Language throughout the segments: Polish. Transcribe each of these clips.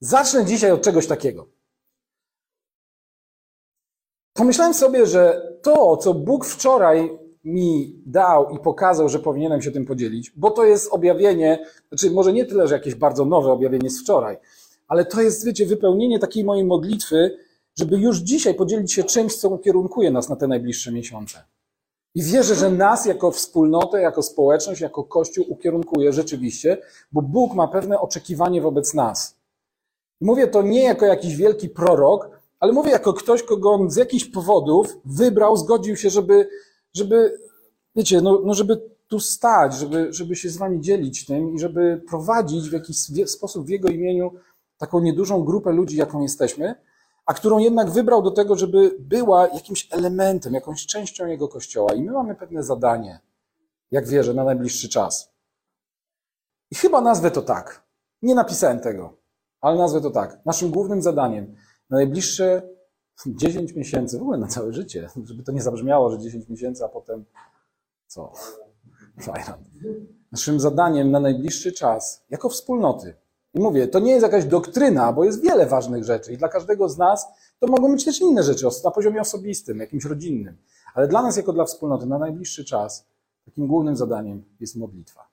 Zacznę dzisiaj od czegoś takiego. Pomyślałem sobie, że to, co Bóg wczoraj mi dał i pokazał, że powinienem się tym podzielić, bo to jest objawienie, znaczy może nie tyle, że jakieś bardzo nowe objawienie z wczoraj, ale to jest, wiecie, wypełnienie takiej mojej modlitwy, żeby już dzisiaj podzielić się czymś, co ukierunkuje nas na te najbliższe miesiące. I wierzę, że nas jako wspólnotę, jako społeczność, jako Kościół ukierunkuje rzeczywiście, bo Bóg ma pewne oczekiwanie wobec nas. Mówię to nie jako jakiś wielki prorok, ale mówię jako ktoś, kogo on z jakichś powodów wybrał, zgodził się, żeby wiecie, żeby tu stać, żeby się z wami dzielić tym i żeby prowadzić w jakiś sposób w jego imieniu taką niedużą grupę ludzi, jaką jesteśmy, a którą jednak wybrał do tego, żeby była jakimś elementem, jakąś częścią jego Kościoła. I my mamy pewne zadanie, jak wierzę, na najbliższy czas. I chyba nazwę to tak. Nie napisałem tego, ale nazwę to tak. Naszym głównym zadaniem na najbliższe 10 miesięcy, w ogóle na całe życie, żeby to nie zabrzmiało, że 10 miesięcy, a potem co? Fajna. Naszym zadaniem na najbliższy czas, jako wspólnoty, i mówię, to nie jest jakaś doktryna, bo jest wiele ważnych rzeczy i dla każdego z nas to mogą być też inne rzeczy na poziomie osobistym, jakimś rodzinnym. Ale dla nas, jako dla wspólnoty, na najbliższy czas, takim głównym zadaniem jest modlitwa.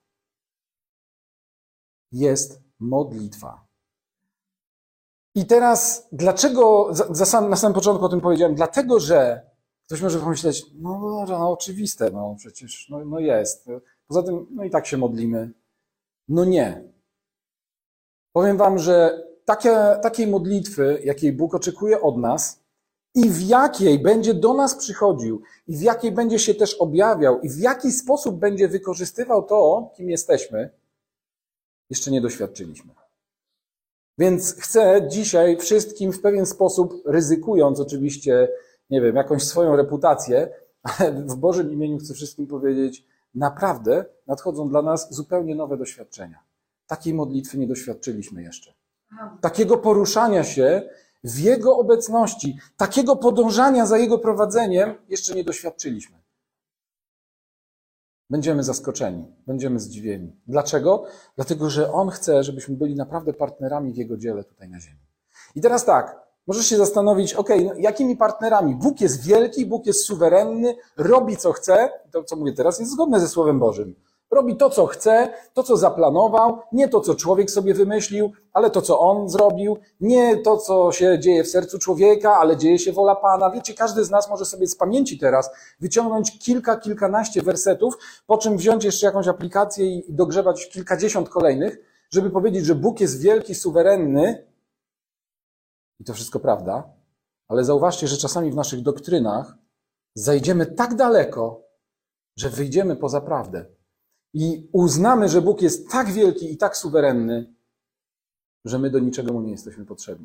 Jest modlitwa. I teraz, dlaczego, na samym początku o tym powiedziałem, dlatego, że ktoś może pomyśleć, no oczywiste, przecież, jest. Poza tym, i tak się modlimy. No nie. Powiem wam, że takiej modlitwy, jakiej Bóg oczekuje od nas i w jakiej będzie do nas przychodził i w jakiej będzie się też objawiał i w jaki sposób będzie wykorzystywał to, kim jesteśmy, jeszcze nie doświadczyliśmy. Więc chcę dzisiaj wszystkim w pewien sposób, ryzykując oczywiście, nie wiem, jakąś swoją reputację, ale w Bożym imieniu chcę wszystkim powiedzieć, naprawdę nadchodzą dla nas zupełnie nowe doświadczenia. Takiej modlitwy nie doświadczyliśmy jeszcze. Takiego poruszania się w Jego obecności, takiego podążania za Jego prowadzeniem jeszcze nie doświadczyliśmy. Będziemy zaskoczeni, będziemy zdziwieni. Dlaczego? Dlatego, że On chce, żebyśmy byli naprawdę partnerami w Jego dziele tutaj na ziemi. I teraz tak, możesz się zastanowić, jakimi partnerami? Bóg jest wielki, Bóg jest suwerenny, robi co chce. To, co mówię teraz, jest zgodne ze Słowem Bożym. Robi to, co chce, to, co zaplanował, nie to, co człowiek sobie wymyślił, ale to, co on zrobił, nie to, co się dzieje w sercu człowieka, ale dzieje się wola Pana. Wiecie, każdy z nas może sobie z pamięci teraz wyciągnąć kilkanaście wersetów, po czym wziąć jeszcze jakąś aplikację i dogrzewać kilkadziesiąt kolejnych, żeby powiedzieć, że Bóg jest wielki, suwerenny. I to wszystko prawda, ale zauważcie, że czasami w naszych doktrynach zajdziemy tak daleko, że wyjdziemy poza prawdę. I uznamy, że Bóg jest tak wielki i tak suwerenny, że my do niczego Mu nie jesteśmy potrzebni.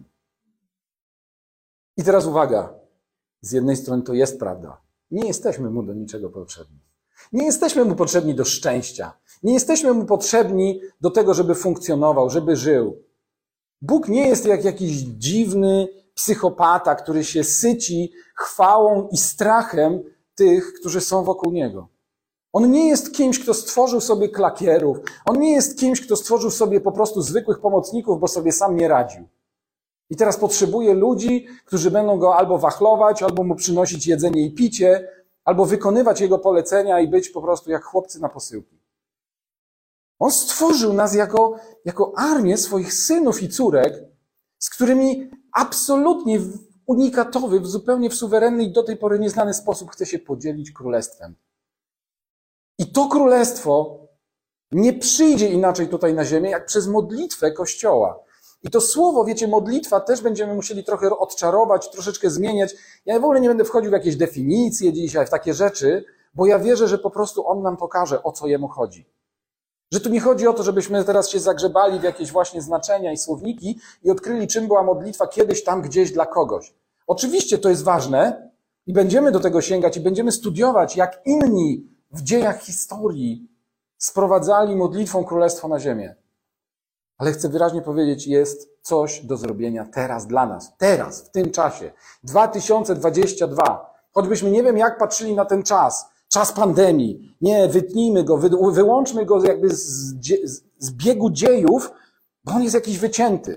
I teraz uwaga, z jednej strony to jest prawda. Nie jesteśmy Mu do niczego potrzebni. Nie jesteśmy Mu potrzebni do szczęścia. Nie jesteśmy Mu potrzebni do tego, żeby funkcjonował, żeby żył. Bóg nie jest jak jakiś dziwny psychopata, który się syci chwałą i strachem tych, którzy są wokół Niego. On nie jest kimś, kto stworzył sobie klakierów. On nie jest kimś, kto stworzył sobie po prostu zwykłych pomocników, bo sobie sam nie radził. I teraz potrzebuje ludzi, którzy będą go albo wachlować, albo mu przynosić jedzenie i picie, albo wykonywać jego polecenia i być po prostu jak chłopcy na posyłki. On stworzył nas jako armię swoich synów i córek, z którymi absolutnie unikatowy, zupełnie w suwerenny i do tej pory nieznany sposób chce się podzielić królestwem. I to królestwo nie przyjdzie inaczej tutaj na ziemię, jak przez modlitwę Kościoła. I to słowo, wiecie, modlitwa też będziemy musieli trochę odczarować, troszeczkę zmieniać. Ja w ogóle nie będę wchodził w jakieś definicje dzisiaj, w takie rzeczy, bo ja wierzę, że po prostu On nam pokaże, o co Jemu chodzi. Że tu nie chodzi o to, żebyśmy teraz się zagrzebali w jakieś właśnie znaczenia i słowniki i odkryli, czym była modlitwa kiedyś tam, gdzieś dla kogoś. Oczywiście to jest ważne i będziemy do tego sięgać i będziemy studiować, jak inni w dziejach historii sprowadzali modlitwą królestwo na ziemię. Ale chcę wyraźnie powiedzieć, jest coś do zrobienia teraz dla nas. Teraz, w tym czasie. 2022. Choćbyśmy nie wiem jak patrzyli na ten czas pandemii. Nie, wytnijmy go, wyłączmy go jakby z biegu dziejów, bo on jest jakiś wycięty.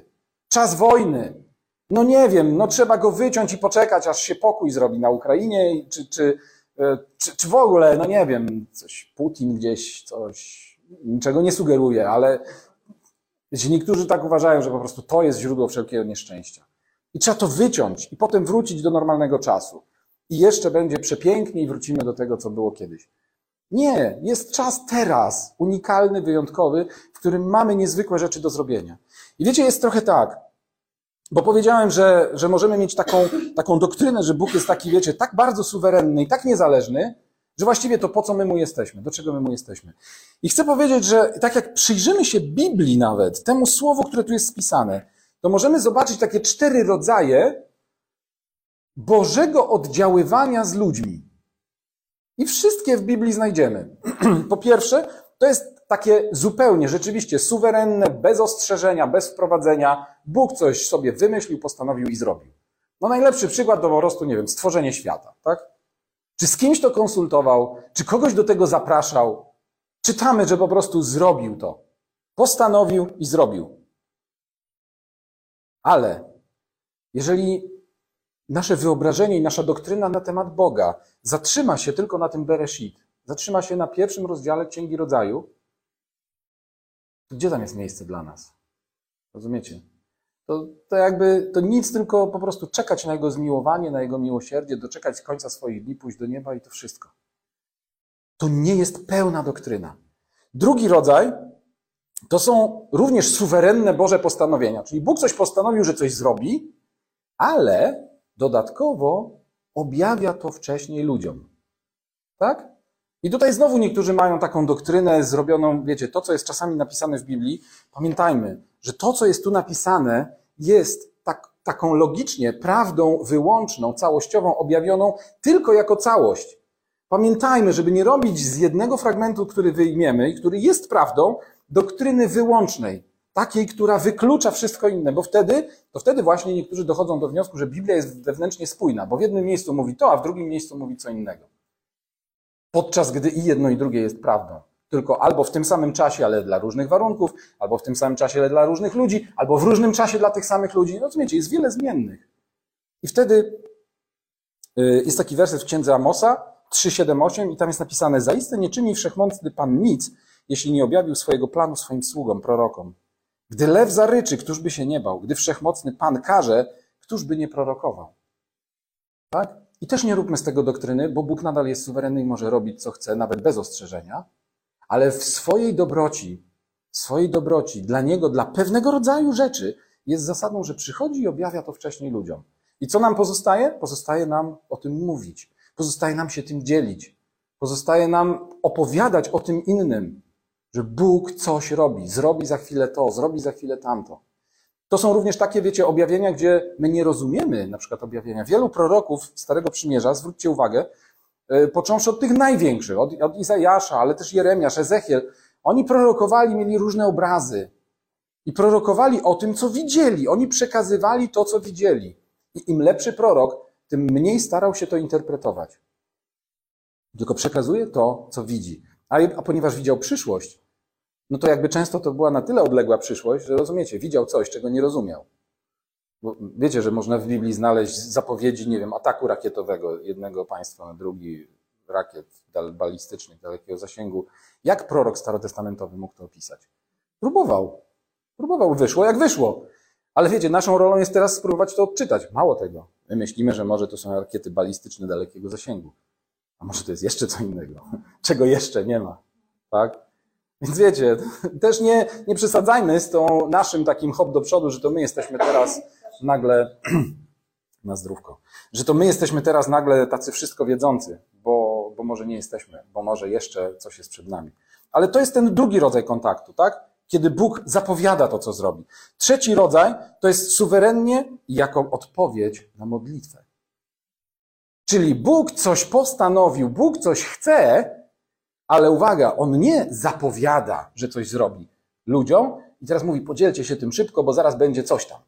Czas wojny. No nie wiem, no trzeba go wyciąć i poczekać, aż się pokój zrobi na Ukrainie, czy w ogóle, no nie wiem, coś Putin gdzieś, coś, niczego nie sugeruje, ale wiecie, niektórzy tak uważają, że po prostu to jest źródło wszelkiego nieszczęścia. I trzeba to wyciąć i potem wrócić do normalnego czasu. I jeszcze będzie przepięknie i wrócimy do tego, co było kiedyś. Nie, jest czas teraz, unikalny, wyjątkowy, w którym mamy niezwykłe rzeczy do zrobienia. I wiecie, jest trochę tak, bo powiedziałem, że możemy mieć taką doktrynę, że Bóg jest taki, wiecie, tak bardzo suwerenny i tak niezależny, że właściwie to po co my Mu jesteśmy, do czego my Mu jesteśmy. I chcę powiedzieć, że tak jak przyjrzymy się Biblii nawet, temu słowu, które tu jest spisane, to możemy zobaczyć takie 4 rodzaje Bożego oddziaływania z ludźmi. I wszystkie w Biblii znajdziemy. Po pierwsze, to jest takie zupełnie, rzeczywiście suwerenne, bez ostrzeżenia, bez wprowadzenia. Bóg coś sobie wymyślił, postanowił i zrobił. No najlepszy przykład to po prostu, nie wiem, stworzenie świata, tak? Czy z kimś to konsultował, czy kogoś do tego zapraszał? Czytamy, że po prostu zrobił to. Postanowił i zrobił. Ale jeżeli nasze wyobrażenie i nasza doktryna na temat Boga zatrzyma się tylko na tym Bereshit, zatrzyma się na 1 rozdziale Księgi Rodzaju, to gdzie tam jest miejsce dla nas? Rozumiecie? To nic, tylko po prostu czekać na Jego zmiłowanie, na Jego miłosierdzie, doczekać końca swoich dni, pójść do nieba i to wszystko. To nie jest pełna doktryna. Drugi rodzaj to są również suwerenne Boże postanowienia. Czyli Bóg coś postanowił, że coś zrobi, ale dodatkowo objawia to wcześniej ludziom. Tak? I tutaj znowu niektórzy mają taką doktrynę zrobioną, wiecie, to, co jest czasami napisane w Biblii. Pamiętajmy, że to, co jest tu napisane, jest taką logicznie prawdą wyłączną, całościową, objawioną tylko jako całość. Pamiętajmy, żeby nie robić z jednego fragmentu, który wyjmiemy i który jest prawdą, doktryny wyłącznej, takiej, która wyklucza wszystko inne, bo wtedy właśnie niektórzy dochodzą do wniosku, że Biblia jest wewnętrznie spójna, bo w jednym miejscu mówi to, a w drugim miejscu mówi co innego. Podczas gdy i jedno i drugie jest prawdą. Tylko albo w tym samym czasie, ale dla różnych warunków, albo w tym samym czasie, ale dla różnych ludzi, albo w różnym czasie dla tych samych ludzi. No rozumiecie, jest wiele zmiennych. I wtedy jest taki werset w Księdze Amosa 3:7-8 i tam jest napisane: zaiste nie czyni wszechmocny Pan nic, jeśli nie objawił swojego planu swoim sługom, prorokom. Gdy lew zaryczy, któż by się nie bał? Gdy wszechmocny Pan każe, któż by nie prorokował? Tak? I też nie róbmy z tego doktryny, bo Bóg nadal jest suwerenny i może robić co chce, nawet bez ostrzeżenia, ale w swojej dobroci dla Niego, dla pewnego rodzaju rzeczy jest zasadą, że przychodzi i objawia to wcześniej ludziom. I co nam pozostaje? Pozostaje nam o tym mówić. Pozostaje nam się tym dzielić. Pozostaje nam opowiadać o tym innym, że Bóg coś robi. Zrobi za chwilę to, zrobi za chwilę tamto. To są również takie, wiecie, objawienia, gdzie my nie rozumiemy na przykład objawienia. Wielu proroków Starego Przymierza, zwróćcie uwagę, począwszy od tych największych, od Izajasza, ale też Jeremiasz, Ezechiel, oni prorokowali, mieli różne obrazy i prorokowali o tym, co widzieli. Oni przekazywali to, co widzieli. I im lepszy prorok, tym mniej starał się to interpretować. Tylko przekazuje to, co widzi. A ponieważ widział przyszłość, no to jakby często to była na tyle odległa przyszłość, że rozumiecie, widział coś, czego nie rozumiał. Bo wiecie, że można w Biblii znaleźć zapowiedzi, nie wiem, ataku rakietowego jednego państwa na drugi, rakiet balistycznych dalekiego zasięgu. Jak prorok starotestamentowy mógł to opisać? Próbował, wyszło jak wyszło. Ale wiecie, naszą rolą jest teraz spróbować to odczytać. Mało tego. My myślimy, że może to są rakiety balistyczne dalekiego zasięgu. A może to jest jeszcze co innego, czego jeszcze nie ma. Tak? Więc wiecie, też nie przesadzajmy z tą naszym takim hop do przodu, że to my jesteśmy teraz nagle, na zdrówko, że to my jesteśmy teraz nagle tacy wszystko wiedzący, bo może nie jesteśmy, bo może jeszcze coś jest przed nami. Ale to jest ten drugi rodzaj kontaktu, tak? Kiedy Bóg zapowiada to, co zrobi. Trzeci rodzaj to jest suwerennie jako odpowiedź na modlitwę. Czyli Bóg coś postanowił, Bóg coś chce, ale uwaga, On nie zapowiada, że coś zrobi ludziom i teraz mówi, podzielcie się tym szybko, bo zaraz będzie coś tam.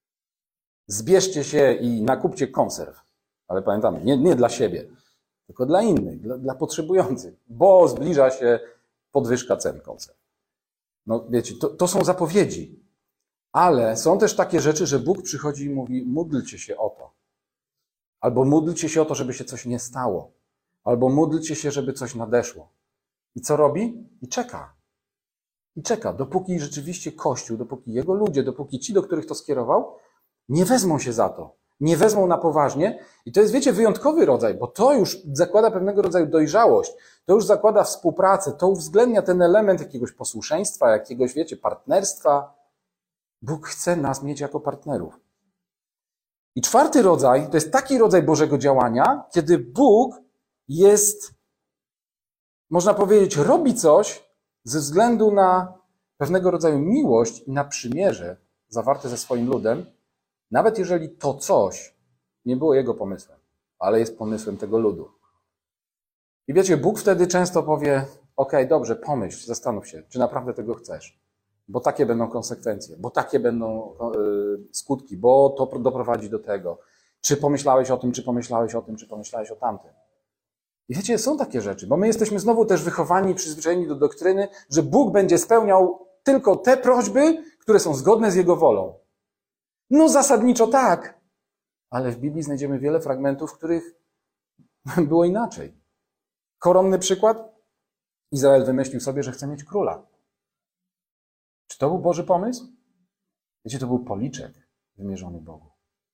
Zbierzcie się i nakupcie konserw. Ale pamiętamy, nie dla siebie, tylko dla innych, dla potrzebujących, bo zbliża się podwyżka cen konserw. No wiecie, to są zapowiedzi. Ale są też takie rzeczy, że Bóg przychodzi i mówi, módlcie się o to. Albo módlcie się o to, żeby się coś nie stało. Albo módlcie się, żeby coś nadeszło. I co robi? I czeka. I czeka, dopóki rzeczywiście Kościół, dopóki jego ludzie, dopóki ci, do których to skierował, nie wezmą się za to. Nie wezmą na poważnie. I to jest, wiecie, wyjątkowy rodzaj, bo to już zakłada pewnego rodzaju dojrzałość. To już zakłada współpracę. To uwzględnia ten element jakiegoś posłuszeństwa, jakiegoś, wiecie, partnerstwa. Bóg chce nas mieć jako partnerów. I czwarty rodzaj, to jest taki rodzaj Bożego działania, kiedy Bóg jest, można powiedzieć, robi coś ze względu na pewnego rodzaju miłość i na przymierze zawarte ze swoim ludem, nawet jeżeli to coś nie było jego pomysłem, ale jest pomysłem tego ludu. I wiecie, Bóg wtedy często powie, okej, dobrze, pomyśl, zastanów się, czy naprawdę tego chcesz. Bo takie będą konsekwencje, bo takie będą skutki, bo to doprowadzi do tego. Czy pomyślałeś o tym, czy pomyślałeś o tym, czy pomyślałeś o tamtym. I wiecie, są takie rzeczy, bo my jesteśmy znowu też wychowani i przyzwyczajeni do doktryny, że Bóg będzie spełniał tylko te prośby, które są zgodne z Jego wolą. No zasadniczo tak, ale w Biblii znajdziemy wiele fragmentów, w których było inaczej. Koronny przykład. Izrael wymyślił sobie, że chce mieć króla. Czy to był Boży pomysł? Wiecie, to był policzek wymierzony Bogu.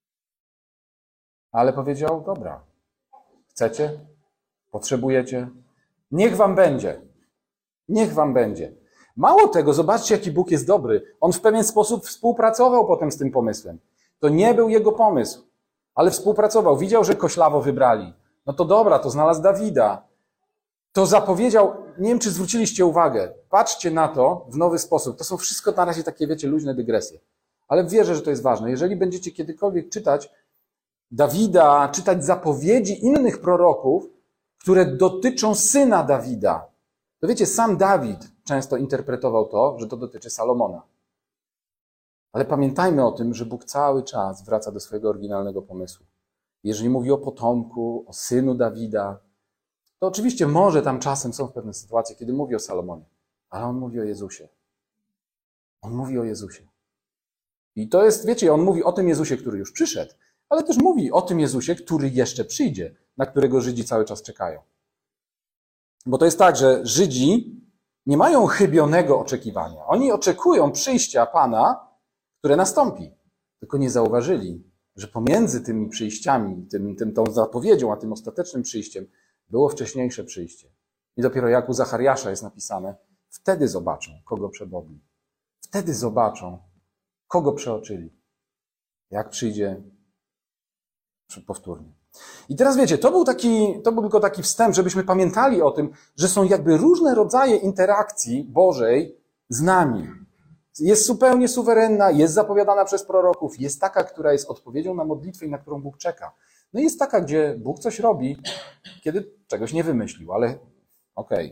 Ale powiedział, dobra, chcecie? Potrzebujecie? Niech wam będzie. Niech wam będzie. Mało tego, zobaczcie, jaki Bóg jest dobry. On w pewien sposób współpracował potem z tym pomysłem. To nie był jego pomysł, ale współpracował. Widział, że koślawo wybrali. No to dobra, to znalazł Dawida. To zapowiedział, nie wiem, czy zwróciliście uwagę, patrzcie na to w nowy sposób. To są wszystko na razie takie, wiecie, luźne dygresje. Ale wierzę, że to jest ważne. Jeżeli będziecie kiedykolwiek czytać Dawida, czytać zapowiedzi innych proroków, które dotyczą syna Dawida, to wiecie, sam Dawid często interpretował to, że to dotyczy Salomona. Ale pamiętajmy o tym, że Bóg cały czas wraca do swojego oryginalnego pomysłu. Jeżeli mówi o potomku, o synu Dawida, to oczywiście może tam czasem są pewne sytuacje, kiedy mówi o Salomonie, ale on mówi o Jezusie. On mówi o Jezusie. I to jest, wiecie, on mówi o tym Jezusie, który już przyszedł, ale też mówi o tym Jezusie, który jeszcze przyjdzie, na którego Żydzi cały czas czekają. Bo to jest tak, że Żydzi nie mają chybionego oczekiwania. Oni oczekują przyjścia Pana, które nastąpi. Tylko nie zauważyli, że pomiędzy tymi przyjściami, tą zapowiedzią, a tym ostatecznym przyjściem było wcześniejsze przyjście. I dopiero jak u Zachariasza jest napisane, wtedy zobaczą, kogo przebodli. Wtedy zobaczą, kogo przeoczyli. Jak przyjdzie powtórnie. I teraz wiecie, to był tylko taki wstęp, żebyśmy pamiętali o tym, że są jakby różne rodzaje interakcji Bożej z nami. Jest zupełnie suwerenna, jest zapowiadana przez proroków, jest taka, która jest odpowiedzią na modlitwę i na którą Bóg czeka. No i jest taka, gdzie Bóg coś robi, kiedy czegoś nie wymyślił, ale okej.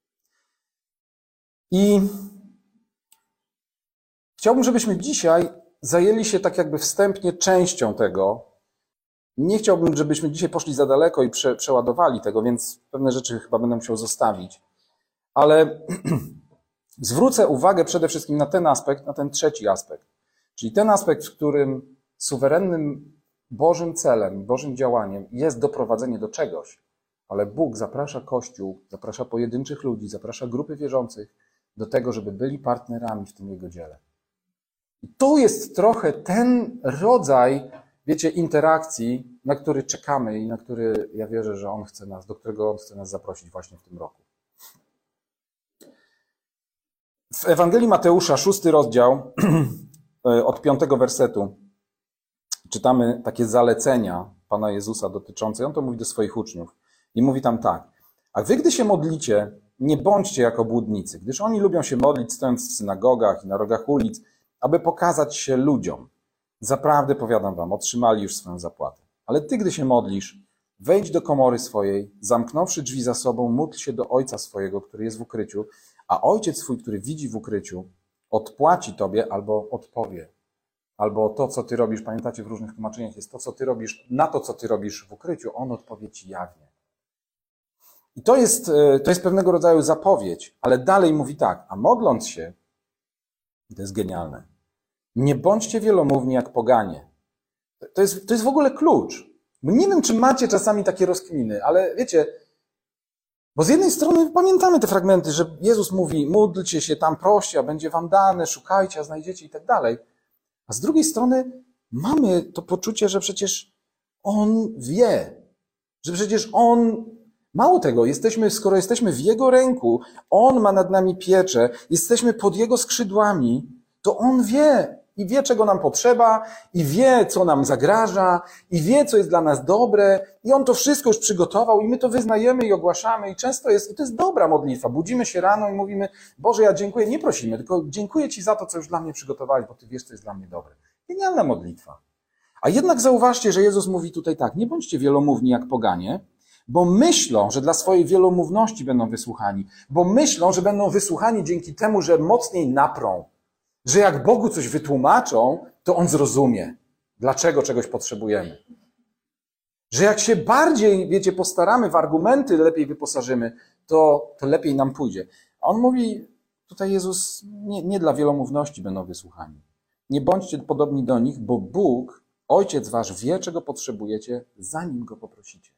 I chciałbym, żebyśmy dzisiaj zajęli się tak jakby wstępnie częścią tego. Nie chciałbym, żebyśmy dzisiaj poszli za daleko i przeładowali tego, więc pewne rzeczy chyba będę musiał zostawić. Ale zwrócę uwagę przede wszystkim na ten aspekt, na ten trzeci aspekt. Czyli ten aspekt, w którym suwerennym Bożym celem, Bożym działaniem jest doprowadzenie do czegoś, ale Bóg zaprasza Kościół, zaprasza pojedynczych ludzi, zaprasza grupy wierzących do tego, żeby byli partnerami w tym Jego dziele. I tu jest trochę ten rodzaj, wiecie, interakcji, na który czekamy i na który ja wierzę, że On chce nas, do którego On chce nas zaprosić właśnie w tym roku. W Ewangelii Mateusza, 6 rozdział, od 5 wersetu, czytamy takie zalecenia Pana Jezusa dotyczące, on to mówi do swoich uczniów i mówi tam tak: a wy, gdy się modlicie, nie bądźcie jak obłudnicy, gdyż oni lubią się modlić stojąc w synagogach i na rogach ulic, aby pokazać się ludziom. Zaprawdę powiadam wam, otrzymali już swoją zapłatę. Ale ty, gdy się modlisz, wejdź do komory swojej, zamknąwszy drzwi za sobą, módl się do Ojca swojego, który jest w ukryciu, a Ojciec swój, który widzi w ukryciu, odpłaci tobie albo odpowie. Albo to, co ty robisz, pamiętacie, w różnych tłumaczeniach jest to, co ty robisz, na to, co ty robisz w ukryciu, On odpowie ci jawnie. I to jest pewnego rodzaju zapowiedź, ale dalej mówi tak, a modląc się, i to jest genialne, Nie bądźcie wielomówni jak poganie. To jest w ogóle klucz. Bo nie wiem, czy macie czasami takie rozkminy, ale wiecie, bo z jednej strony pamiętamy te fragmenty, że Jezus mówi, módlcie się, tam proście, a będzie wam dane, szukajcie, a znajdziecie i tak dalej. A z drugiej strony mamy to poczucie, że przecież On wie, że przecież On, mało tego, skoro jesteśmy w Jego ręku, On ma nad nami pieczę, jesteśmy pod Jego skrzydłami, to On wie i wie, czego nam potrzeba, i wie, co nam zagraża, i wie, co jest dla nas dobre, i On to wszystko już przygotował i my to wyznajemy i ogłaszamy i często jest, i to jest dobra modlitwa. Budzimy się rano i mówimy, Boże, ja dziękuję, nie prosimy, tylko dziękuję Ci za to, co już dla mnie przygotowałeś, bo Ty wiesz, co jest dla mnie dobre. Genialna modlitwa. A jednak zauważcie, że Jezus mówi tutaj tak, nie bądźcie wielomówni jak poganie, bo myślą, że dla swojej wielomówności będą wysłuchani, bo myślą, że będą wysłuchani dzięki temu, że mocniej naprą, że jak Bogu coś wytłumaczą, to On zrozumie, dlaczego czegoś potrzebujemy. Że jak się bardziej, wiecie, postaramy, w argumenty lepiej wyposażymy, to lepiej nam pójdzie. A On mówi, tutaj Jezus, nie dla wielomówności będą wysłuchani. Nie bądźcie podobni do nich, bo Bóg, Ojciec wasz, wie, czego potrzebujecie, zanim Go poprosicie.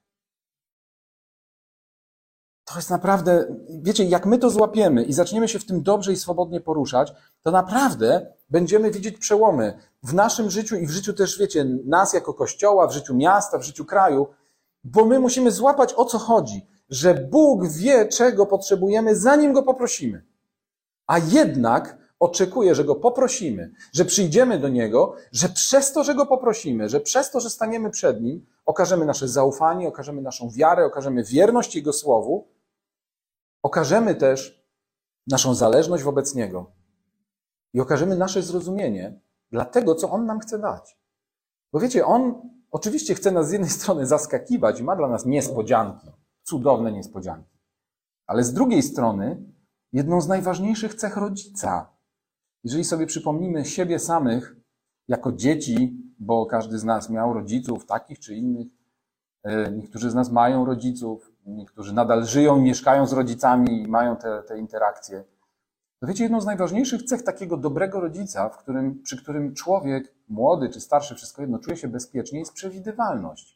To jest naprawdę, wiecie, jak my to złapiemy i zaczniemy się w tym dobrze i swobodnie poruszać, to naprawdę będziemy widzieć przełomy w naszym życiu i w życiu też, wiecie, nas jako Kościoła, w życiu miasta, w życiu kraju, bo my musimy złapać, o co chodzi, że Bóg wie, czego potrzebujemy, zanim Go poprosimy. A jednak oczekuje, że Go poprosimy, że przyjdziemy do Niego, że przez to, że Go poprosimy, że przez to, że staniemy przed Nim, okażemy nasze zaufanie, okażemy naszą wiarę, okażemy wierność Jego Słowu, okażemy też naszą zależność wobec Niego i okażemy nasze zrozumienie dla tego, co On nam chce dać. Bo wiecie, On oczywiście chce nas z jednej strony zaskakiwać i ma dla nas niespodzianki, cudowne niespodzianki, ale z drugiej strony jedną z najważniejszych cech rodzica, jeżeli sobie przypomnimy siebie samych jako dzieci, bo każdy z nas miał rodziców takich czy innych, niektórzy z nas mają rodziców, niektórzy nadal żyją i mieszkają z rodzicami i mają te interakcje. To wiecie, jedną z najważniejszych cech takiego dobrego rodzica, przy którym człowiek, młody czy starszy, wszystko jedno, czuje się bezpiecznie, jest przewidywalność.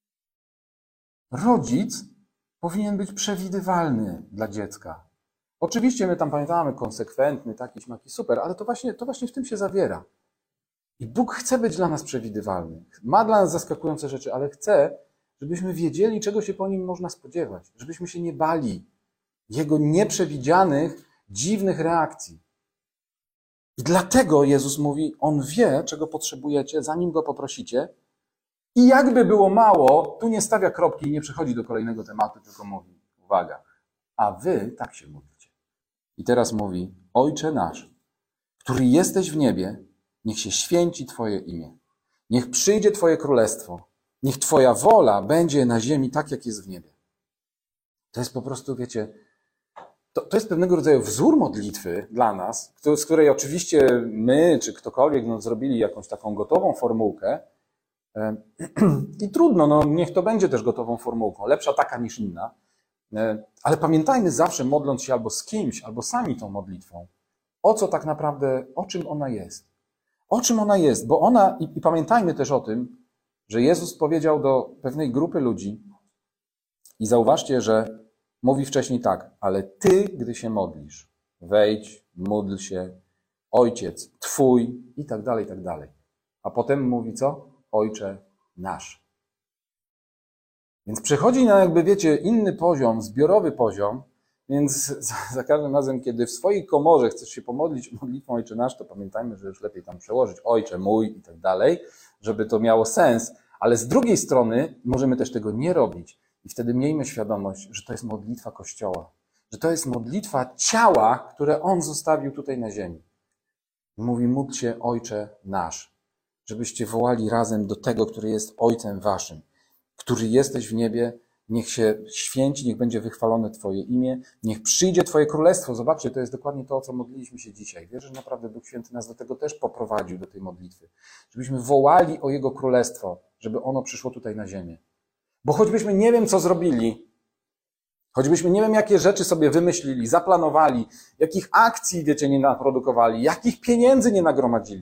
Rodzic powinien być przewidywalny dla dziecka. Oczywiście my tam pamiętamy, konsekwentny, taki, śmaki, super, ale to właśnie w tym się zawiera. I Bóg chce być dla nas przewidywalny. Ma dla nas zaskakujące rzeczy, ale chce, żebyśmy wiedzieli, czego się po Nim można spodziewać. Żebyśmy się nie bali Jego nieprzewidzianych, dziwnych reakcji. I dlatego Jezus mówi, On wie, czego potrzebujecie, zanim Go poprosicie. I jakby było mało, tu nie stawia kropki i nie przechodzi do kolejnego tematu, tylko mówi, uwaga, a wy tak się módlcie. I teraz mówi, Ojcze nasz, który jesteś w niebie, niech się święci Twoje imię. Niech przyjdzie Twoje królestwo. Niech Twoja wola będzie na ziemi tak, jak jest w niebie. To jest po prostu, wiecie, to jest pewnego rodzaju wzór modlitwy dla nas, z której oczywiście my, czy ktokolwiek zrobili jakąś taką gotową formułkę. I trudno, niech to będzie też gotową formułką. Lepsza taka niż inna. Ale pamiętajmy zawsze, modląc się albo z kimś, albo sami tą modlitwą, o co tak naprawdę, o czym ona jest. O czym ona jest, bo ona, i pamiętajmy też o tym, że Jezus powiedział do pewnej grupy ludzi i zauważcie, że mówi wcześniej tak, ale ty, gdy się modlisz, wejdź, módl się, Ojciec Twój i tak dalej, i tak dalej. A potem mówi co? Ojcze nasz. Więc przechodzi na jakby, wiecie, inny poziom, zbiorowy poziom, więc za każdym razem, kiedy w swojej komorze chcesz się pomodlić modlitwą Ojcze nasz, to pamiętajmy, że już lepiej tam przełożyć Ojcze mój i tak dalej, żeby to miało sens, ale z drugiej strony możemy też tego nie robić i wtedy miejmy świadomość, że to jest modlitwa Kościoła, że to jest modlitwa ciała, które On zostawił tutaj na ziemi. I mówi, módl się Ojcze nasz, żebyście wołali razem do tego, który jest Ojcem waszym, który jesteś w niebie, niech się święci, niech będzie wychwalone Twoje imię, niech przyjdzie Twoje królestwo. Zobaczcie, to jest dokładnie to, o co modliliśmy się dzisiaj. Wierzę, że naprawdę Duch Święty nas do tego też poprowadził, do tej modlitwy. Żebyśmy wołali o Jego królestwo, żeby ono przyszło tutaj na ziemię. Bo choćbyśmy nie wiem, co zrobili, choćbyśmy nie wiem, jakie rzeczy sobie wymyślili, zaplanowali, jakich akcji, wiecie, nie naprodukowali, jakich pieniędzy nie nagromadzili,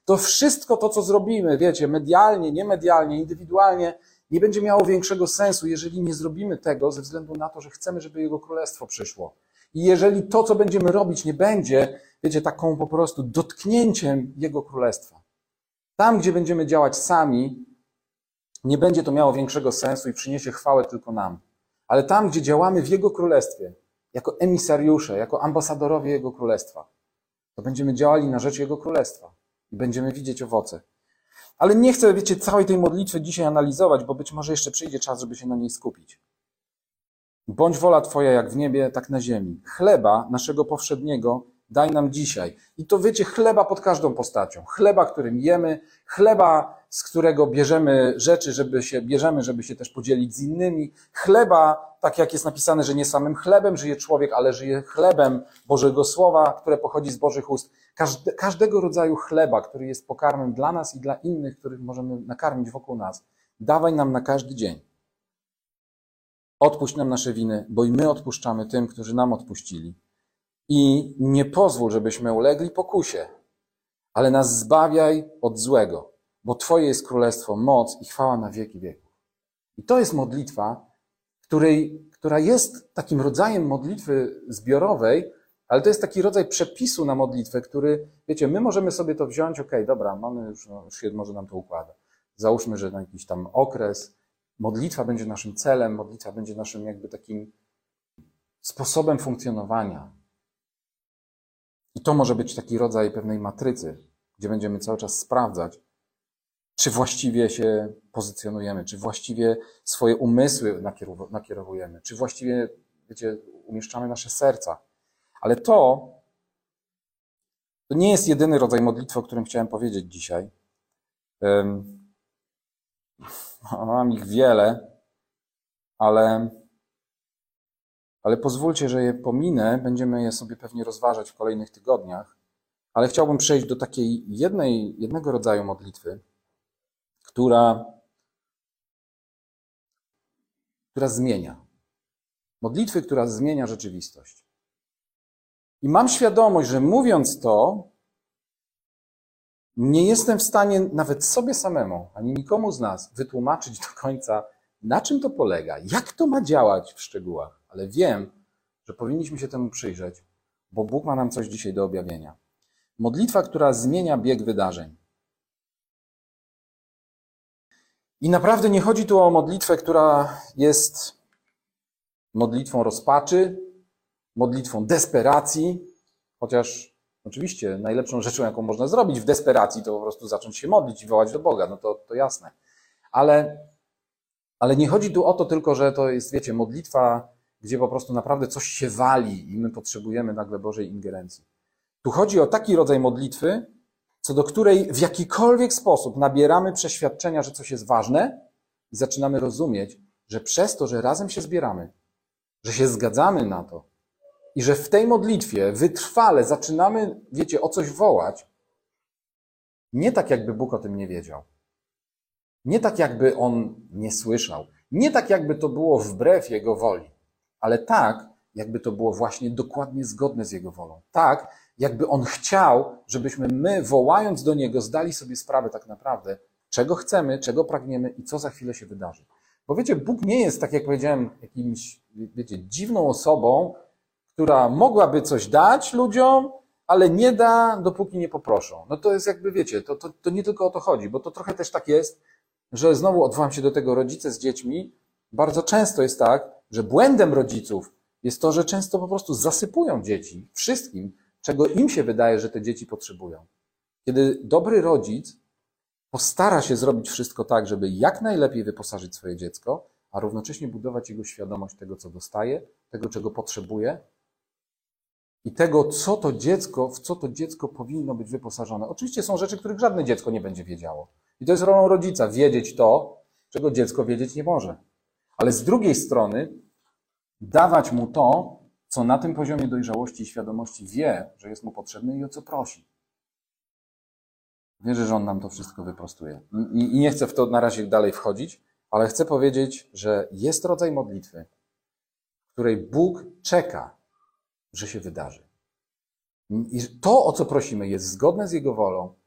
to wszystko to, co zrobimy, wiecie, medialnie, niemedialnie, indywidualnie, nie będzie miało większego sensu, jeżeli nie zrobimy tego ze względu na to, że chcemy, żeby Jego Królestwo przyszło. I jeżeli to, co będziemy robić, nie będzie, wiecie, taką po prostu dotknięciem Jego Królestwa. Tam, gdzie będziemy działać sami, nie będzie to miało większego sensu i przyniesie chwałę tylko nam. Ale tam, gdzie działamy w Jego Królestwie, jako emisariusze, jako ambasadorowie Jego Królestwa, to będziemy działali na rzecz Jego Królestwa i będziemy widzieć owoce. Ale nie chcę, wiecie, całej tej modlitwy dzisiaj analizować, bo być może jeszcze przyjdzie czas, żeby się na niej skupić. Bądź wola Twoja jak w niebie, tak na ziemi. Chleba naszego powszedniego daj nam dzisiaj. I to wiecie, chleba pod każdą postacią. Chleba, którym jemy, chleba, z którego bierzemy rzeczy, żeby się też podzielić z innymi. Chleba, tak jak jest napisane, że nie samym chlebem żyje człowiek, ale żyje chlebem Bożego Słowa, które pochodzi z Bożych ust. Każdego rodzaju chleba, który jest pokarmem dla nas i dla innych, których możemy nakarmić wokół nas. Dawaj nam na każdy dzień. Odpuść nam nasze winy, bo i my odpuszczamy tym, którzy nam odpuścili. I nie pozwól, żebyśmy ulegli pokusie, ale nas zbawiaj od złego, bo Twoje jest królestwo, moc i chwała na wieki wieków. I to jest modlitwa, która jest takim rodzajem modlitwy zbiorowej, ale to jest taki rodzaj przepisu na modlitwę, który, wiecie, my możemy sobie to wziąć, dobra, mamy już się może nam to układa. Załóżmy, że na jakiś tam okres, modlitwa będzie naszym celem, modlitwa będzie naszym jakby takim sposobem funkcjonowania. I to może być taki rodzaj pewnej matrycy, gdzie będziemy cały czas sprawdzać, czy właściwie się pozycjonujemy, czy właściwie swoje umysły nakierowujemy, czy właściwie, wiecie, umieszczamy nasze serca. Ale to nie jest jedyny rodzaj modlitwy, o którym chciałem powiedzieć dzisiaj. Mam ich wiele, ale pozwólcie, że je pominę. Będziemy je sobie pewnie rozważać w kolejnych tygodniach. Ale chciałbym przejść do takiej jednego rodzaju modlitwy, która zmienia. Modlitwy, która zmienia rzeczywistość. I mam świadomość, że mówiąc to, nie jestem w stanie nawet sobie samemu, ani nikomu z nas wytłumaczyć do końca, na czym to polega, jak to ma działać w szczegółach. Ale wiem, że powinniśmy się temu przyjrzeć, bo Bóg ma nam coś dzisiaj do objawienia. Modlitwa, która zmienia bieg wydarzeń. I naprawdę nie chodzi tu o modlitwę, która jest modlitwą rozpaczy, modlitwą desperacji, chociaż oczywiście najlepszą rzeczą, jaką można zrobić w desperacji, to po prostu zacząć się modlić i wołać do Boga, no to jasne. Ale nie chodzi tu o to tylko, że to jest, wiecie, modlitwa, gdzie po prostu naprawdę coś się wali i my potrzebujemy nagle Bożej ingerencji. Tu chodzi o taki rodzaj modlitwy, co do której w jakikolwiek sposób nabieramy przeświadczenia, że coś jest ważne i zaczynamy rozumieć, że przez to, że razem się zbieramy, że się zgadzamy na to i że w tej modlitwie wytrwale zaczynamy, wiecie, o coś wołać, nie tak jakby Bóg o tym nie wiedział, nie tak jakby On nie słyszał, nie tak jakby to było wbrew Jego woli, ale tak jakby to było właśnie dokładnie zgodne z Jego wolą. Tak, jakby On chciał, żebyśmy my, wołając do Niego, zdali sobie sprawę tak naprawdę, czego chcemy, czego pragniemy i co za chwilę się wydarzy. Bo wiecie, Bóg nie jest, tak jak powiedziałem, jakimś, wiecie, dziwną osobą, która mogłaby coś dać ludziom, ale nie da, dopóki nie poproszą. No to jest jakby, wiecie, to nie tylko o to chodzi, bo to trochę też tak jest, że znowu odwołam się do tego, rodzice z dziećmi, bardzo często jest tak, że błędem rodziców jest to, że często po prostu zasypują dzieci wszystkim, czego im się wydaje, że te dzieci potrzebują. Kiedy dobry rodzic postara się zrobić wszystko tak, żeby jak najlepiej wyposażyć swoje dziecko, a równocześnie budować jego świadomość tego, co dostaje, tego, czego potrzebuje i tego, w co to dziecko powinno być wyposażone. Oczywiście są rzeczy, których żadne dziecko nie będzie wiedziało. I to jest rolą rodzica, wiedzieć to, czego dziecko wiedzieć nie może. Ale z drugiej strony dawać mu to, co na tym poziomie dojrzałości i świadomości wie, że jest mu potrzebne i o co prosi. Wierzę, że On nam to wszystko wyprostuje. I nie chcę w to na razie dalej wchodzić, ale chcę powiedzieć, że jest rodzaj modlitwy, w której Bóg czeka, że się wydarzy. I to, o co prosimy, jest zgodne z Jego wolą,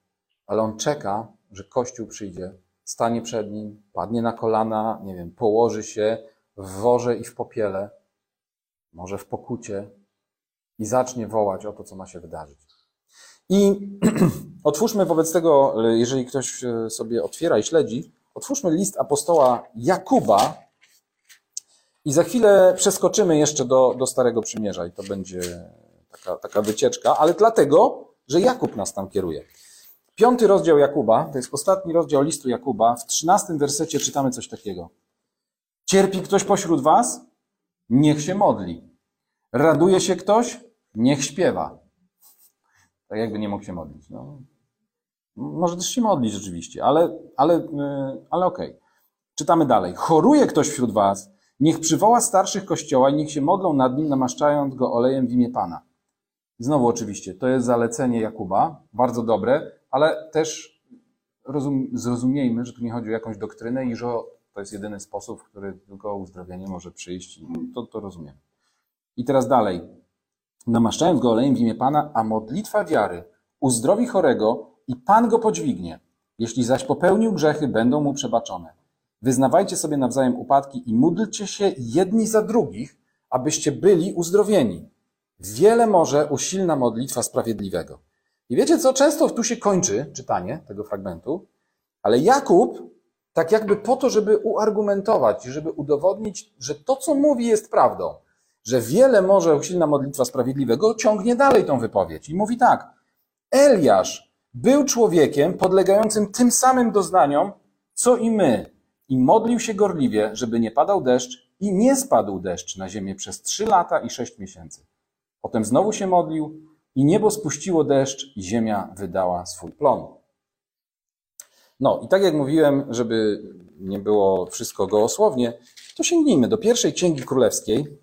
ale on czeka, że Kościół przyjdzie, stanie przed nim, padnie na kolana, nie wiem, położy się w worze i w popiele, może w pokucie i zacznie wołać o to, co ma się wydarzyć. I otwórzmy wobec tego, jeżeli ktoś sobie otwiera i śledzi, otwórzmy list apostoła Jakuba i za chwilę przeskoczymy jeszcze do Starego Przymierza i to będzie taka wycieczka, ale dlatego, że Jakub nas tam kieruje. 5 rozdział Jakuba, to jest ostatni rozdział listu Jakuba, w 13 wersecie czytamy coś takiego. Cierpi ktoś pośród was? Niech się modli. Raduje się ktoś? Niech śpiewa. Tak jakby nie mógł się modlić. No. Może też się modlić rzeczywiście, ale okej. Czytamy dalej. Choruje ktoś wśród was? Niech przywoła starszych Kościoła i niech się modlą nad nim, namaszczając go olejem w imię Pana. Znowu oczywiście, to jest zalecenie Jakuba, bardzo dobre, ale też zrozumiejmy, że tu nie chodzi o jakąś doktrynę i że to jest jedyny sposób, w który tylko uzdrowienie może przyjść. To rozumiem. I teraz dalej. Namaszczając go olejem w imię Pana, a modlitwa wiary uzdrowi chorego i Pan go podźwignie. Jeśli zaś popełnił grzechy, będą mu przebaczone. Wyznawajcie sobie nawzajem upadki i módlcie się jedni za drugich, abyście byli uzdrowieni. Wiele może usilna modlitwa sprawiedliwego. I wiecie co? Często tu się kończy czytanie tego fragmentu, ale Jakub, tak jakby po to, żeby uargumentować i żeby udowodnić, że to, co mówi, jest prawdą, że wiele może usilna modlitwa sprawiedliwego, ciągnie dalej tą wypowiedź i mówi tak. Eliasz był człowiekiem podlegającym tym samym doznaniom, co i my, i modlił się gorliwie, żeby nie padał deszcz, i nie spadł deszcz na ziemię przez 3 lata i 6 miesięcy. Potem znowu się modlił i niebo spuściło deszcz i ziemia wydała swój plon. No i tak jak mówiłem, żeby nie było wszystko gołosłownie, to sięgnijmy do 1 Księgi Królewskiej.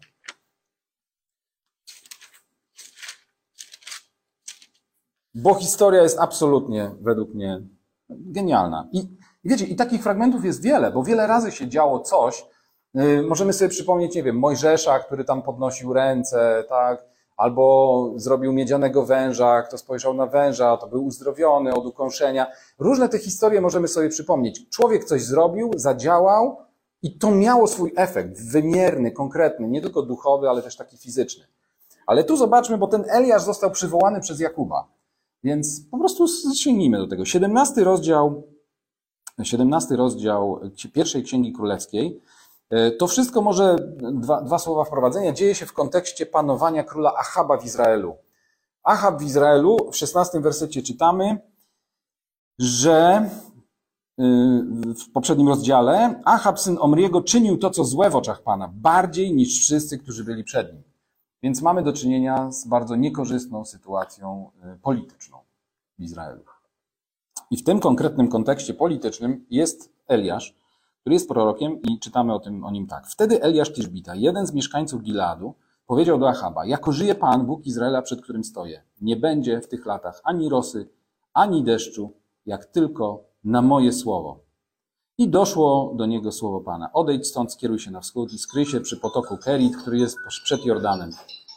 Bo historia jest absolutnie, według mnie, genialna. I wiecie, i takich fragmentów jest wiele, bo wiele razy się działo coś. Możemy sobie przypomnieć, nie wiem, Mojżesza, który tam podnosił ręce, tak? Albo zrobił miedzianego węża, kto spojrzał na węża, to był uzdrowiony od ukąszenia. Różne te historie możemy sobie przypomnieć. Człowiek coś zrobił, zadziałał i to miało swój efekt wymierny, konkretny, nie tylko duchowy, ale też taki fizyczny. Ale tu zobaczmy, bo ten Eliasz został przywołany przez Jakuba. Więc po prostu sięgnijmy do tego. 17 rozdział 1 Księgi Królewskiej. To wszystko może, dwa słowa wprowadzenia, dzieje się w kontekście panowania króla Achaba w Izraelu. Achab w Izraelu, w 16 wersecie czytamy, że w poprzednim rozdziale Achab, syn Omriego, czynił to, co złe w oczach Pana, bardziej niż wszyscy, którzy byli przed nim. Więc mamy do czynienia z bardzo niekorzystną sytuacją polityczną w Izraelu. I w tym konkretnym kontekście politycznym jest Eliasz, który jest prorokiem i czytamy o nim tak. Wtedy Eliasz Tiszbita, jeden z mieszkańców Gileadu, powiedział do Achaba, jako żyje Pan, Bóg Izraela, przed którym stoję, nie będzie w tych latach ani rosy, ani deszczu, jak tylko na moje słowo. I doszło do niego słowo Pana. Odejdź stąd, skieruj się na wschód i skryj się przy potoku Kerit, który jest przed Jordanem.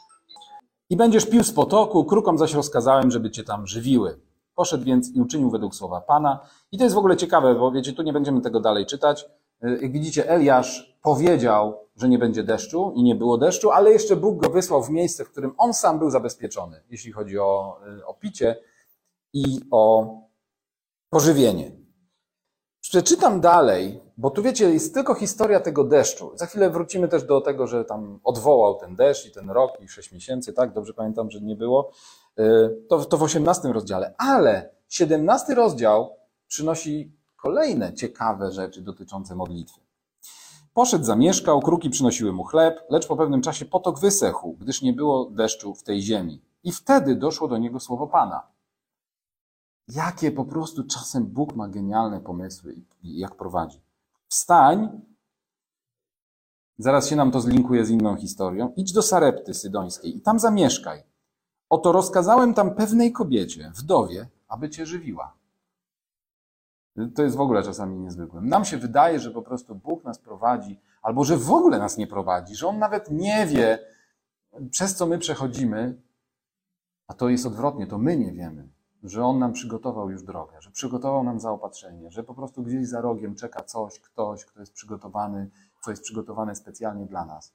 I będziesz pił z potoku, krukom zaś rozkazałem, żeby cię tam żywiły. Poszedł więc i uczynił według słowa Pana. I to jest w ogóle ciekawe, bo wiecie, tu nie będziemy tego dalej czytać. Jak widzicie, Eliasz powiedział, że nie będzie deszczu i nie było deszczu, ale jeszcze Bóg go wysłał w miejsce, w którym on sam był zabezpieczony, jeśli chodzi o picie i o pożywienie. Przeczytam dalej, bo tu wiecie, jest tylko historia tego deszczu. Za chwilę wrócimy też do tego, że tam odwołał ten deszcz i ten rok i 6 miesięcy, tak? Dobrze pamiętam, że nie było. To w 18 rozdziale. Ale 17 rozdział przynosi kolejne ciekawe rzeczy dotyczące modlitwy. Poszedł, zamieszkał, kruki przynosiły mu chleb, lecz po pewnym czasie potok wysechł, gdyż nie było deszczu w tej ziemi. I wtedy doszło do niego słowo Pana. Jakie po prostu czasem Bóg ma genialne pomysły i jak prowadzi. Wstań, zaraz się nam to zlinkuje z inną historią, idź do Sarepty Sydońskiej i tam zamieszkaj. Oto rozkazałem tam pewnej kobiecie, wdowie, aby cię żywiła. To jest w ogóle czasami niezwykłe. Nam się wydaje, że po prostu Bóg nas prowadzi, albo że w ogóle nas nie prowadzi, że On nawet nie wie, przez co my przechodzimy, a to jest odwrotnie, to my nie wiemy. że On nam przygotował już drogę, że przygotował nam zaopatrzenie, że po prostu gdzieś za rogiem czeka ktoś, kto jest przygotowany, co jest przygotowane specjalnie dla nas.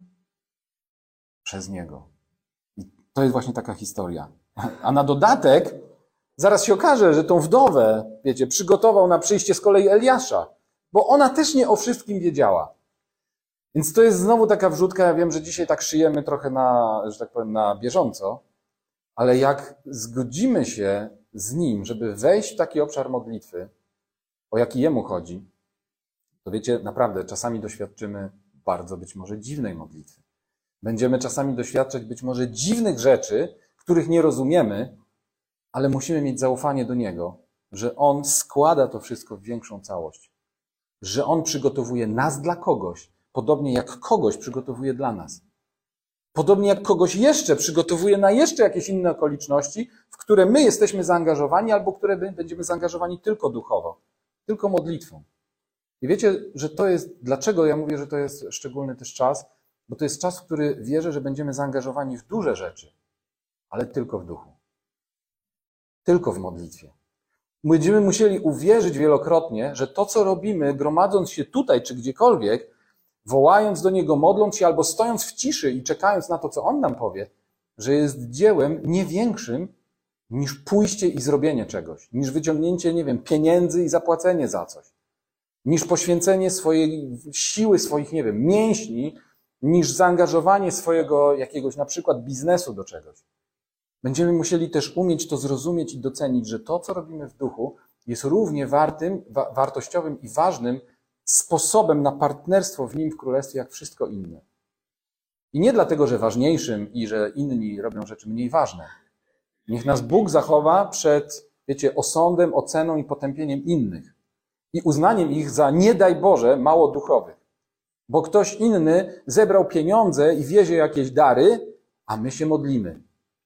Przez Niego. I to jest właśnie taka historia. A na dodatek zaraz się okaże, że tą wdowę, wiecie, przygotował na przyjście z kolei Eliasza, bo ona też nie o wszystkim wiedziała. Więc to jest znowu taka wrzutka, ja wiem, że dzisiaj tak szyjemy trochę że tak powiem, na bieżąco, ale jak zgodzimy się z Nim, żeby wejść w taki obszar modlitwy, o jaki Jemu chodzi, to wiecie, naprawdę czasami doświadczymy bardzo być może dziwnej modlitwy. Będziemy czasami doświadczać być może dziwnych rzeczy, których nie rozumiemy, ale musimy mieć zaufanie do Niego, że On składa to wszystko w większą całość. Że On przygotowuje nas dla kogoś, podobnie jak kogoś przygotowuje dla nas. Podobnie jak kogoś jeszcze przygotowuje na jeszcze jakieś inne okoliczności, w które my jesteśmy zaangażowani albo które będziemy zaangażowani tylko duchowo, tylko modlitwą. I wiecie, że to jest, dlaczego ja mówię, że to jest szczególny też czas, bo to jest czas, w który wierzę, że będziemy zaangażowani w duże rzeczy, ale tylko w duchu. Tylko w modlitwie. Będziemy musieli uwierzyć wielokrotnie, że to, co robimy, gromadząc się tutaj czy gdziekolwiek, wołając do Niego, modląc się albo stojąc w ciszy i czekając na to, co On nam powie, że jest dziełem nie większym niż pójście i zrobienie czegoś, niż wyciągnięcie, nie wiem, pieniędzy i zapłacenie za coś, niż poświęcenie swojej siły, swoich, nie wiem, mięśni, niż zaangażowanie swojego jakiegoś na przykład biznesu do czegoś. Będziemy musieli też umieć to zrozumieć i docenić, że to, co robimy w duchu, jest równie wartościowym i ważnym sposobem na partnerstwo w Nim w Królestwie, jak wszystko inne. I nie dlatego, że ważniejszym i że inni robią rzeczy mniej ważne. Niech nas Bóg zachowa przed, wiecie, osądem, oceną i potępieniem innych. I uznaniem ich za, nie daj Boże, mało duchowych. Bo ktoś inny zebrał pieniądze i wiezie jakieś dary, a my się modlimy.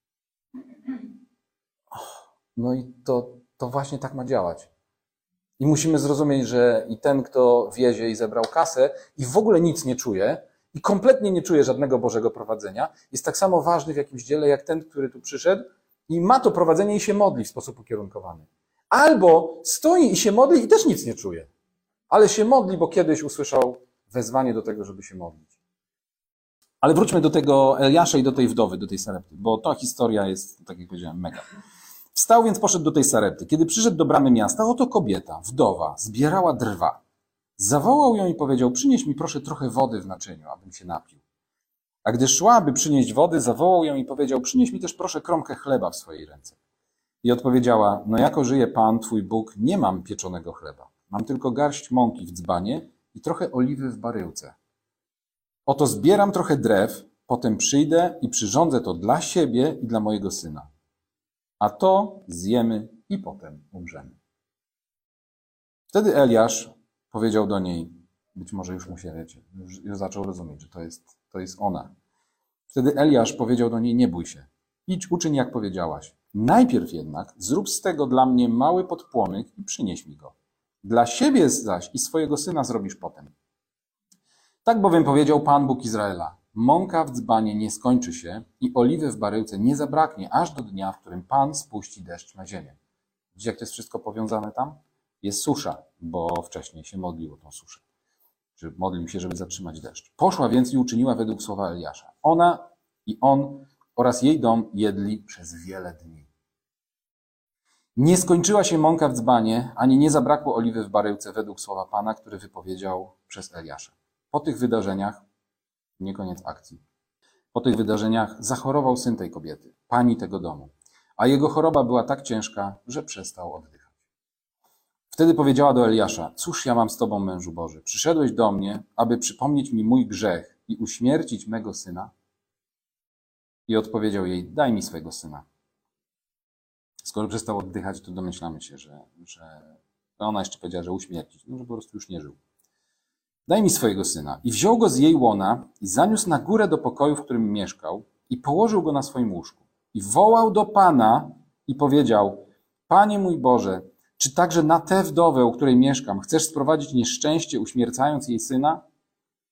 No i to właśnie tak ma działać. I musimy zrozumieć, że i ten, kto wiezie i zebrał kasę i w ogóle nic nie czuje i kompletnie nie czuje żadnego Bożego prowadzenia, jest tak samo ważny w jakimś dziele, jak ten, który tu przyszedł i ma to prowadzenie i się modli w sposób ukierunkowany. Albo stoi i się modli i też nic nie czuje, ale się modli, bo kiedyś usłyszał wezwanie do tego, żeby się modlić. Ale wróćmy do tego Eliasza i do tej wdowy, do tej Sarepty, bo ta historia jest, tak jak powiedziałem, mega. Wstał więc, poszedł do tej Sarepty. Kiedy przyszedł do bramy miasta, oto kobieta, wdowa, zbierała drwa. Zawołał ją i powiedział, przynieś mi proszę trochę wody w naczyniu, abym się napił. A gdy szła, aby przynieść wody, zawołał ją i powiedział, przynieś mi też proszę kromkę chleba w swojej ręce. I odpowiedziała, no jako żyje Pan, Twój Bóg, nie mam pieczonego chleba. Mam tylko garść mąki w dzbanie i trochę oliwy w baryłce. Oto zbieram trochę drew, potem przyjdę i przyrządzę to dla siebie i dla mojego syna. A to zjemy i potem umrzemy. Wtedy Eliasz powiedział do niej, być może już mu się, wiecie, już zaczął rozumieć, że to jest ona. Wtedy Eliasz powiedział do niej, nie bój się, idź uczyń jak powiedziałaś. Najpierw jednak zrób z tego dla mnie mały podpłomyk i przynieś mi go. Dla siebie zaś i swojego syna zrobisz potem. Tak bowiem powiedział Pan Bóg Izraela. Mąka w dzbanie nie skończy się i oliwy w baryłce nie zabraknie, aż do dnia, w którym Pan spuści deszcz na ziemię. Widzicie, jak to jest wszystko powiązane tam? Jest susza, bo wcześniej się modlił o tą suszę. Czy modlił się, żeby zatrzymać deszcz. Poszła więc i uczyniła według słowa Eliasza. Ona i on oraz jej dom jedli przez wiele dni. Nie skończyła się mąka w dzbanie, ani nie zabrakło oliwy w baryłce według słowa Pana, który wypowiedział przez Eliasza. Po tych wydarzeniach, nie koniec akcji, po tych wydarzeniach zachorował syn tej kobiety, pani tego domu, a jego choroba była tak ciężka, że przestał oddychać. Wtedy powiedziała do Eliasza, cóż ja mam z tobą, mężu Boży? Przyszedłeś do mnie, aby przypomnieć mi mój grzech i uśmiercić mego syna? I odpowiedział jej, daj mi swego syna. Skoro przestał oddychać, to domyślamy się, że ona jeszcze powiedziała, że uśmiercić, no, że po prostu już nie żył. Daj mi swojego syna. I wziął go z jej łona i zaniósł na górę do pokoju, w którym mieszkał i położył go na swoim łóżku. I wołał do Pana i powiedział, Panie mój Boże, czy także na tę wdowę, u której mieszkam, chcesz sprowadzić nieszczęście, uśmiercając jej syna?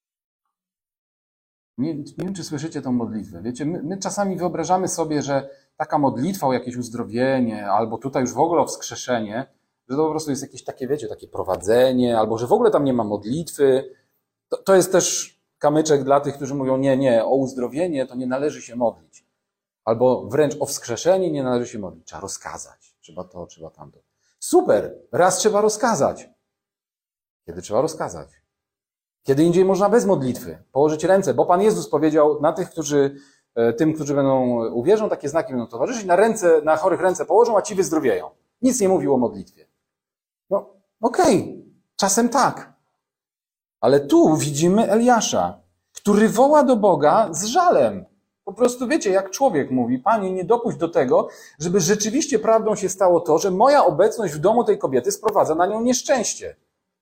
Nie wiem, czy słyszycie tą modlitwę. Wiecie, my czasami wyobrażamy sobie, że taka modlitwa o jakieś uzdrowienie, albo tutaj już w ogóle o wskrzeszenie, że to po prostu jest jakieś takie, wiecie, takie prowadzenie, albo że w ogóle tam nie ma modlitwy. To jest też kamyczek dla tych, którzy mówią, nie, o uzdrowienie to nie należy się modlić. Albo wręcz o wskrzeszenie nie należy się modlić. Trzeba rozkazać. Trzeba to, trzeba tamto. Super! Raz trzeba rozkazać. Kiedy trzeba rozkazać? Kiedy indziej można bez modlitwy położyć ręce, bo Pan Jezus powiedział na tych, tym, którzy uwierzą, takie znaki będą towarzyszyć, na chorych ręce położą, a ci wyzdrowieją. Nic nie mówił o modlitwie. No, okej, czasem tak. Ale tu widzimy Eliasza, który woła do Boga z żalem. Po prostu wiecie, jak człowiek mówi, Panie, nie dopuść do tego, żeby rzeczywiście prawdą się stało to, że moja obecność w domu tej kobiety sprowadza na nią nieszczęście.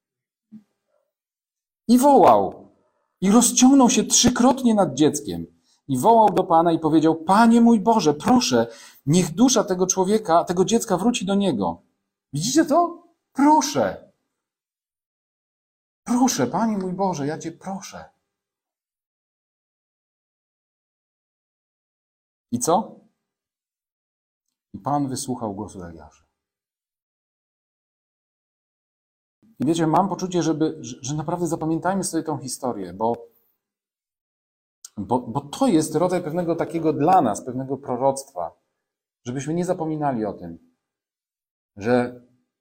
I wołał. I rozciągnął się 3-krotnie nad dzieckiem. I wołał do Pana i powiedział, Panie mój Boże, proszę, niech dusza tego człowieka, tego dziecka wróci do niego. Widzicie to? Proszę. Proszę, Panie mój Boże, ja Cię proszę. I co? I Pan wysłuchał głosu Eliasza. I wiecie, mam poczucie, że naprawdę zapamiętajmy sobie tą historię, bo to jest rodzaj pewnego takiego dla nas, pewnego proroctwa, żebyśmy nie zapominali o tym, że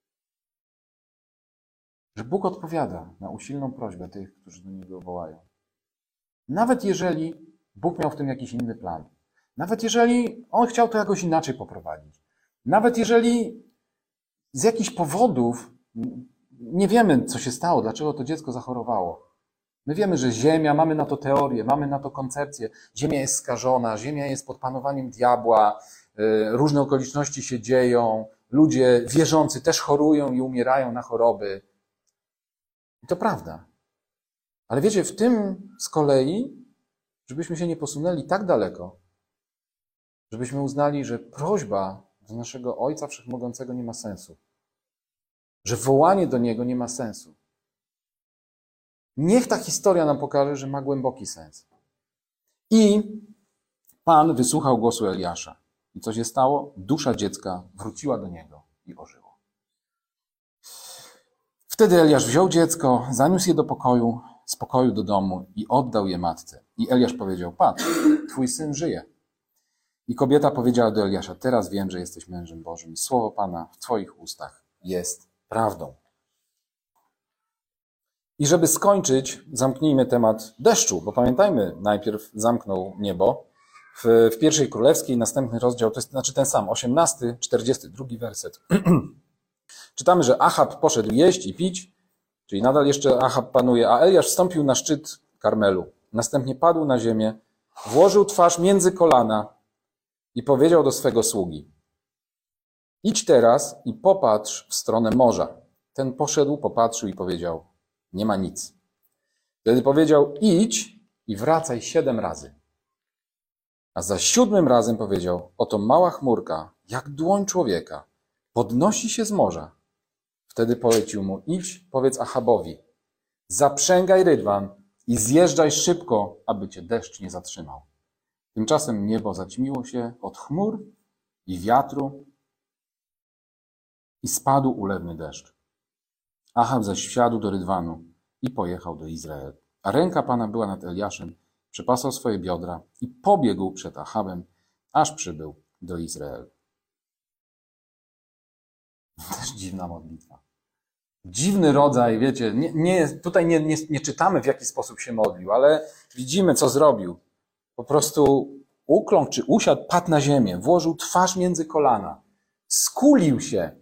Bóg odpowiada na usilną prośbę tych, którzy do Niego wołają. Nawet jeżeli Bóg miał w tym jakiś inny plan. Nawet jeżeli On chciał to jakoś inaczej poprowadzić. Nawet jeżeli z jakichś powodów nie wiemy, co się stało, dlaczego to dziecko zachorowało. My wiemy, że Ziemia, mamy na to teorię, mamy na to koncepcję. Ziemia jest skażona, Ziemia jest pod panowaniem diabła, różne okoliczności się dzieją, ludzie wierzący też chorują i umierają na choroby. I to prawda. Ale wiecie, w tym z kolei, żebyśmy się nie posunęli tak daleko, żebyśmy uznali, że prośba do naszego Ojca Wszechmogącego nie ma sensu. Że wołanie do Niego nie ma sensu. Niech ta historia nam pokaże, że ma głęboki sens. I Pan wysłuchał głosu Eliasza. I co się stało? Dusza dziecka wróciła do niego i ożyło. Wtedy Eliasz wziął dziecko, zaniósł je z pokoju do domu i oddał je matce. I Eliasz powiedział, patrz, twój syn żyje. I kobieta powiedziała do Eliasza, teraz wiem, że jesteś mężem Bożym i słowo Pana w twoich ustach jest prawdą. I żeby skończyć, zamknijmy temat deszczu, bo pamiętajmy, najpierw zamknął niebo. W pierwszej królewskiej, następny rozdział, to jest znaczy ten sam, 18, 42 werset. Czytamy, że Achab poszedł jeść i pić, czyli nadal jeszcze Achab panuje, a Eliasz wstąpił na szczyt Karmelu. Następnie padł na ziemię, włożył twarz między kolana i powiedział do swego sługi, idź teraz i popatrz w stronę morza. Ten poszedł, popatrzył i powiedział, nie ma nic. Wtedy powiedział, idź i wracaj 7 razy. A za 7 razem powiedział, oto mała chmurka, jak dłoń człowieka, podnosi się z morza. Wtedy polecił mu, idź, powiedz Achabowi, zaprzęgaj rydwan i zjeżdżaj szybko, aby cię deszcz nie zatrzymał. Tymczasem niebo zaćmiło się od chmur i wiatru i spadł ulewny deszcz. Achab zaś wsiadł do rydwanu i pojechał do Izraela. A ręka Pana była nad Eliaszem, przepasał swoje biodra i pobiegł przed Achabem, aż przybył do Izraela. Też dziwna modlitwa. Dziwny rodzaj, wiecie, tutaj nie czytamy, w jaki sposób się modlił, ale widzimy, co zrobił. Po prostu ukląkł czy usiadł, padł na ziemię, włożył twarz między kolana, skulił się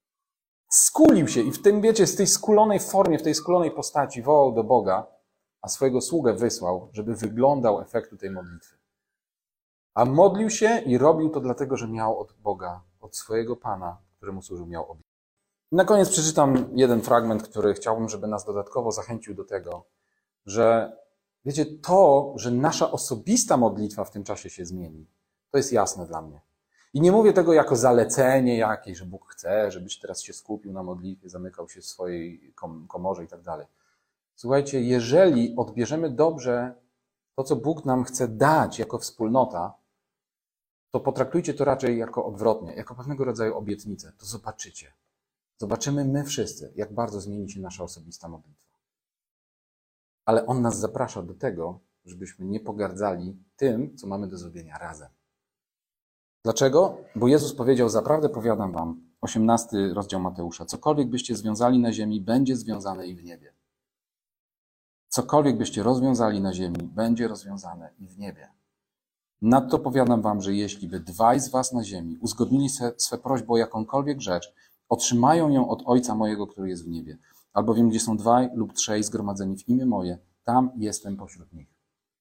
i w tym, wiecie, z tej skulonej formie, w tej skulonej postaci wołał do Boga, a swojego sługę wysłał, żeby wyglądał efektu tej modlitwy. A modlił się i robił to dlatego, że miał od Boga, od swojego Pana, któremu służył, miał obietnicę. Na koniec przeczytam jeden fragment, który chciałbym, żeby nas dodatkowo zachęcił do tego, że wiecie, to, że nasza osobista modlitwa w tym czasie się zmieni, to jest jasne dla mnie. I nie mówię tego jako zalecenie jakieś, że Bóg chce, żebyś teraz się skupił na modlitwie, zamykał się w swojej komorze i tak dalej. Słuchajcie, jeżeli odbierzemy dobrze to, co Bóg nam chce dać jako wspólnota, to potraktujcie to raczej jako odwrotnie, jako pewnego rodzaju obietnicę. To zobaczycie. Zobaczymy my wszyscy, jak bardzo zmieni się nasza osobista modlitwa. Ale On nas zaprasza do tego, żebyśmy nie pogardzali tym, co mamy do zrobienia razem. Dlaczego? Bo Jezus powiedział, zaprawdę powiadam wam, 18 rozdział Mateusza, cokolwiek byście związali na ziemi, będzie związane i w niebie. Cokolwiek byście rozwiązali na ziemi, będzie rozwiązane i w niebie. Nadto powiadam wam, że jeśli by dwaj z was na ziemi uzgodnili swe prośby o jakąkolwiek rzecz, otrzymają ją od Ojca mojego, który jest w niebie. Albowiem gdzie są dwaj lub trzej zgromadzeni w imię moje, tam jestem pośród nich.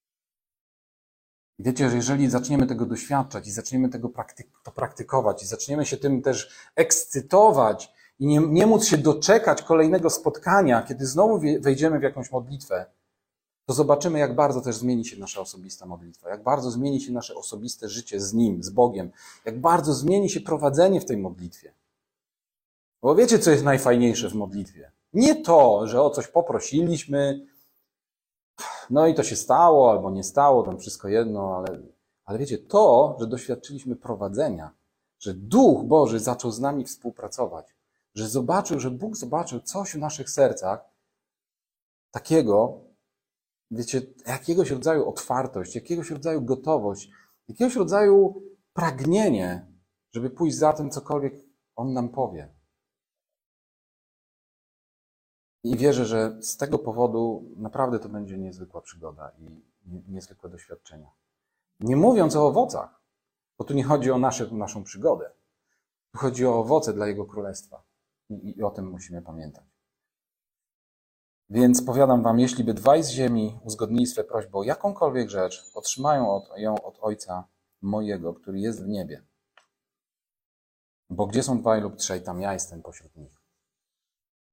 I wiecie, że jeżeli zaczniemy tego doświadczać i zaczniemy to praktykować i zaczniemy się tym też ekscytować i nie móc się doczekać kolejnego spotkania, kiedy znowu wejdziemy w jakąś modlitwę, to zobaczymy, jak bardzo też zmieni się nasza osobista modlitwa, jak bardzo zmieni się nasze osobiste życie z Nim, z Bogiem, jak bardzo zmieni się prowadzenie w tej modlitwie. Bo wiecie, co jest najfajniejsze w modlitwie? Nie to, że o coś poprosiliśmy, no i to się stało albo nie stało, tam wszystko jedno, ale wiecie, to, że doświadczyliśmy prowadzenia, że Duch Boży zaczął z nami współpracować, że Bóg zobaczył coś w naszych sercach takiego, wiecie, jakiegoś rodzaju otwartość, jakiegoś rodzaju gotowość, jakiegoś rodzaju pragnienie, żeby pójść za tym, cokolwiek On nam powie. I wierzę, że z tego powodu naprawdę to będzie niezwykła przygoda i niezwykłe doświadczenia. Nie mówiąc o owocach, bo tu nie chodzi o naszą przygodę. Tu chodzi o owoce dla Jego Królestwa. I o tym musimy pamiętać. Więc powiadam wam, jeśli by dwaj z ziemi uzgodnili swe prośby o jakąkolwiek rzecz, otrzymają ją od Ojca mojego, który jest w niebie. Bo gdzie są dwaj lub trzej, tam ja jestem pośród nich.